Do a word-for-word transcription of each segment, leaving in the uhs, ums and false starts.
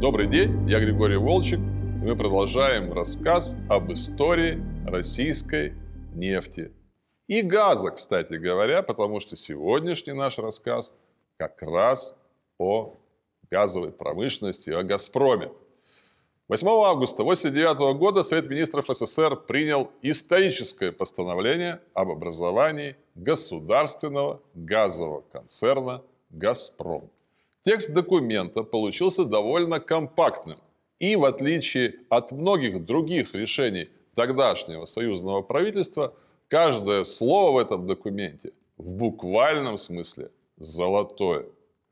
Добрый день, я Григорий Волчек, и мы продолжаем рассказ об истории российской нефти. И газа, кстати говоря, потому что сегодняшний наш рассказ как раз о газовой промышленности, о «Газпроме». восьмого августа тысяча девятьсот восемьдесят девятого года Совет министров СССР принял историческое постановление об образовании государственного газового концерна «Газпром». Текст документа получился довольно компактным, и в отличие от многих других решений тогдашнего союзного правительства, каждое слово в этом документе в буквальном смысле золотое.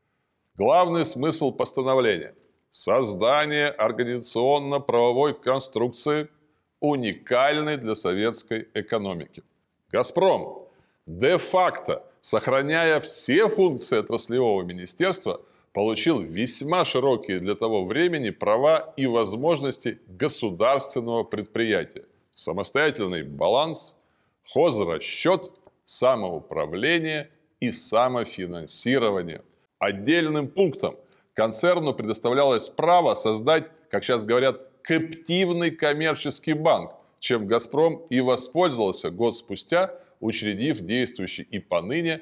Главный смысл постановления – создание организационно-правовой конструкции, уникальной для советской экономики. «Газпром», де-факто сохраняя все функции отраслевого министерства, получил весьма широкие для того времени права и возможности государственного предприятия. Самостоятельный баланс, хозрасчет, самоуправление и самофинансирование. Отдельным пунктом концерну предоставлялось право создать, как сейчас говорят, кэптивный коммерческий банк, чем «Газпром» и воспользовался год спустя, учредив действующий и поныне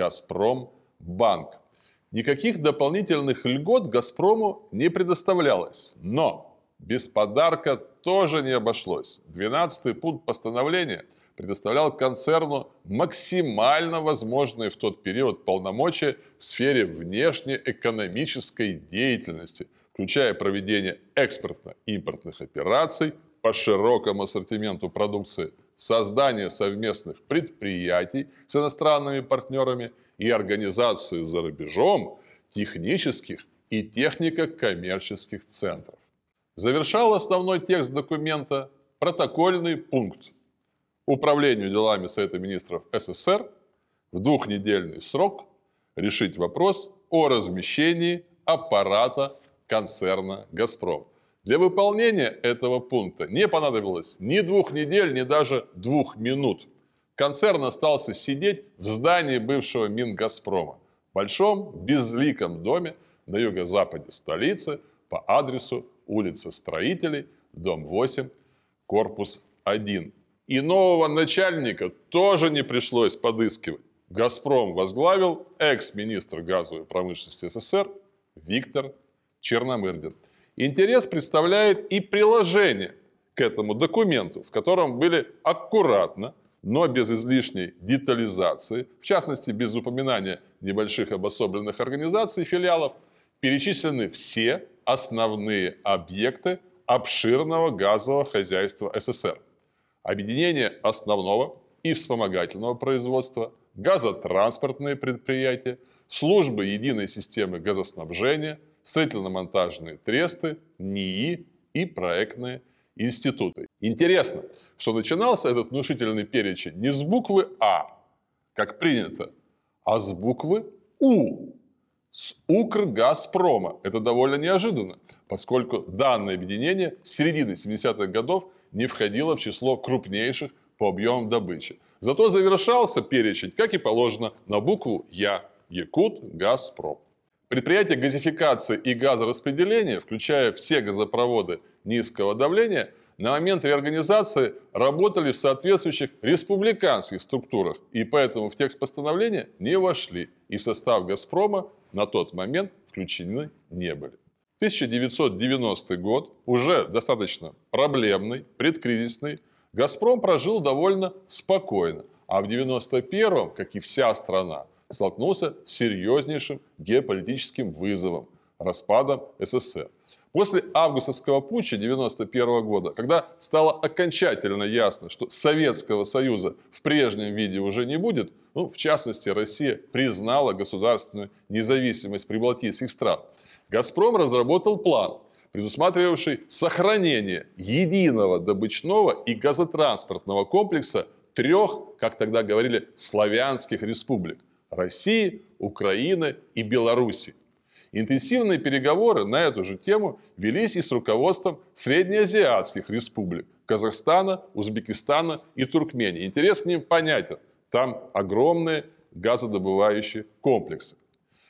«Газпромбанк». Никаких дополнительных льгот «Газпрому» не предоставлялось. Но без подарка тоже не обошлось. двенадцатый пункт постановления предоставлял концерну максимально возможные в тот период полномочия в сфере внешнеэкономической деятельности, включая проведение экспортно-импортных операций по широкому ассортименту продукции, создание совместных предприятий с иностранными партнерами и организацию за рубежом технических и технико-коммерческих центров. Завершал основной текст документа протокольный пункт. Управлению делами Совета министров СССР в двухнедельный срок решить вопрос о размещении аппарата концерна «Газпром». Для выполнения этого пункта не понадобилось ни двух недель, ни даже двух минут. Концерн остался сидеть в здании бывшего Мингазпрома, большом безликом доме на юго-западе столицы по адресу улица Строителей, дом восемь, корпус один. И нового начальника тоже не пришлось подыскивать. «Газпром» возглавил экс-министр газовой промышленности СССР Виктор Черномырдин. Интерес представляет и приложение к этому документу, в котором были аккуратно, но без излишней детализации, в частности, без упоминания небольших обособленных организаций и филиалов, перечислены все основные объекты обширного газового хозяйства СССР. Объединение основного и вспомогательного производства, газотранспортные предприятия, службы единой системы газоснабжения, строительно-монтажные тресты, НИИ и проектные институты. Интересно, что начинался этот внушительный перечень не с буквы «А», как принято, а с буквы «У», с «Укргазпрома». Это довольно неожиданно, поскольку данное объединение с середины семидесятых годов не входило в число крупнейших по объемам добычи. Зато завершался перечень, как и положено, на букву «Я» – Якутгазпром. Предприятия газификации и газораспределения, включая все газопроводы низкого давления, на момент реорганизации работали в соответствующих республиканских структурах, и поэтому в текст постановления не вошли, и в состав «Газпрома» на тот момент включены не были. тысяча девятьсот девяностый год, уже достаточно проблемный, предкризисный, «Газпром» прожил довольно спокойно, а в девяносто первом, как и вся страна, столкнулся с серьезнейшим геополитическим вызовом – распадом СССР. После августовского путча девяносто первого года, когда стало окончательно ясно, что Советского Союза в прежнем виде уже не будет, ну, в частности, Россия признала государственную независимость прибалтийских стран, «Газпром» разработал план, предусматривавший сохранение единого добычного и газотранспортного комплекса трех, как тогда говорили, славянских республик – России, Украины и Беларуси. Интенсивные переговоры на эту же тему велись и с руководством среднеазиатских республик – Казахстана, Узбекистана и Туркмении. Интерес к ним понятен. Там огромные газодобывающие комплексы.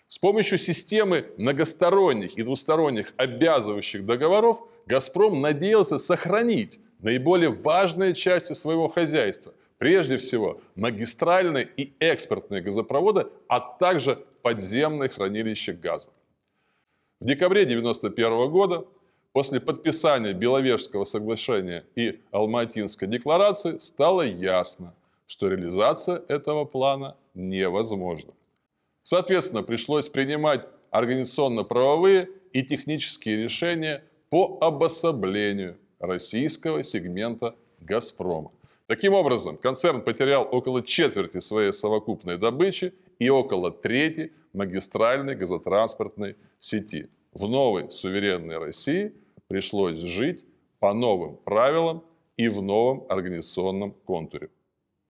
С помощью системы многосторонних и двусторонних обязывающих договоров «Газпром» надеялся сохранить наиболее важные части своего хозяйства, прежде всего магистральные и экспортные газопроводы, а также подземные хранилища газа. В декабре тысяча девятьсот девяносто первого года, после подписания Беловежского соглашения и Алматинской декларации, стало ясно, что реализация этого плана невозможна. Соответственно, пришлось принимать организационно-правовые и технические решения по обособлению российского сегмента «Газпрома». Таким образом, концерн потерял около четверти своей совокупной добычи и около трети магистральной газотранспортной сети. В новой суверенной России пришлось жить по новым правилам и в новом организационном контуре.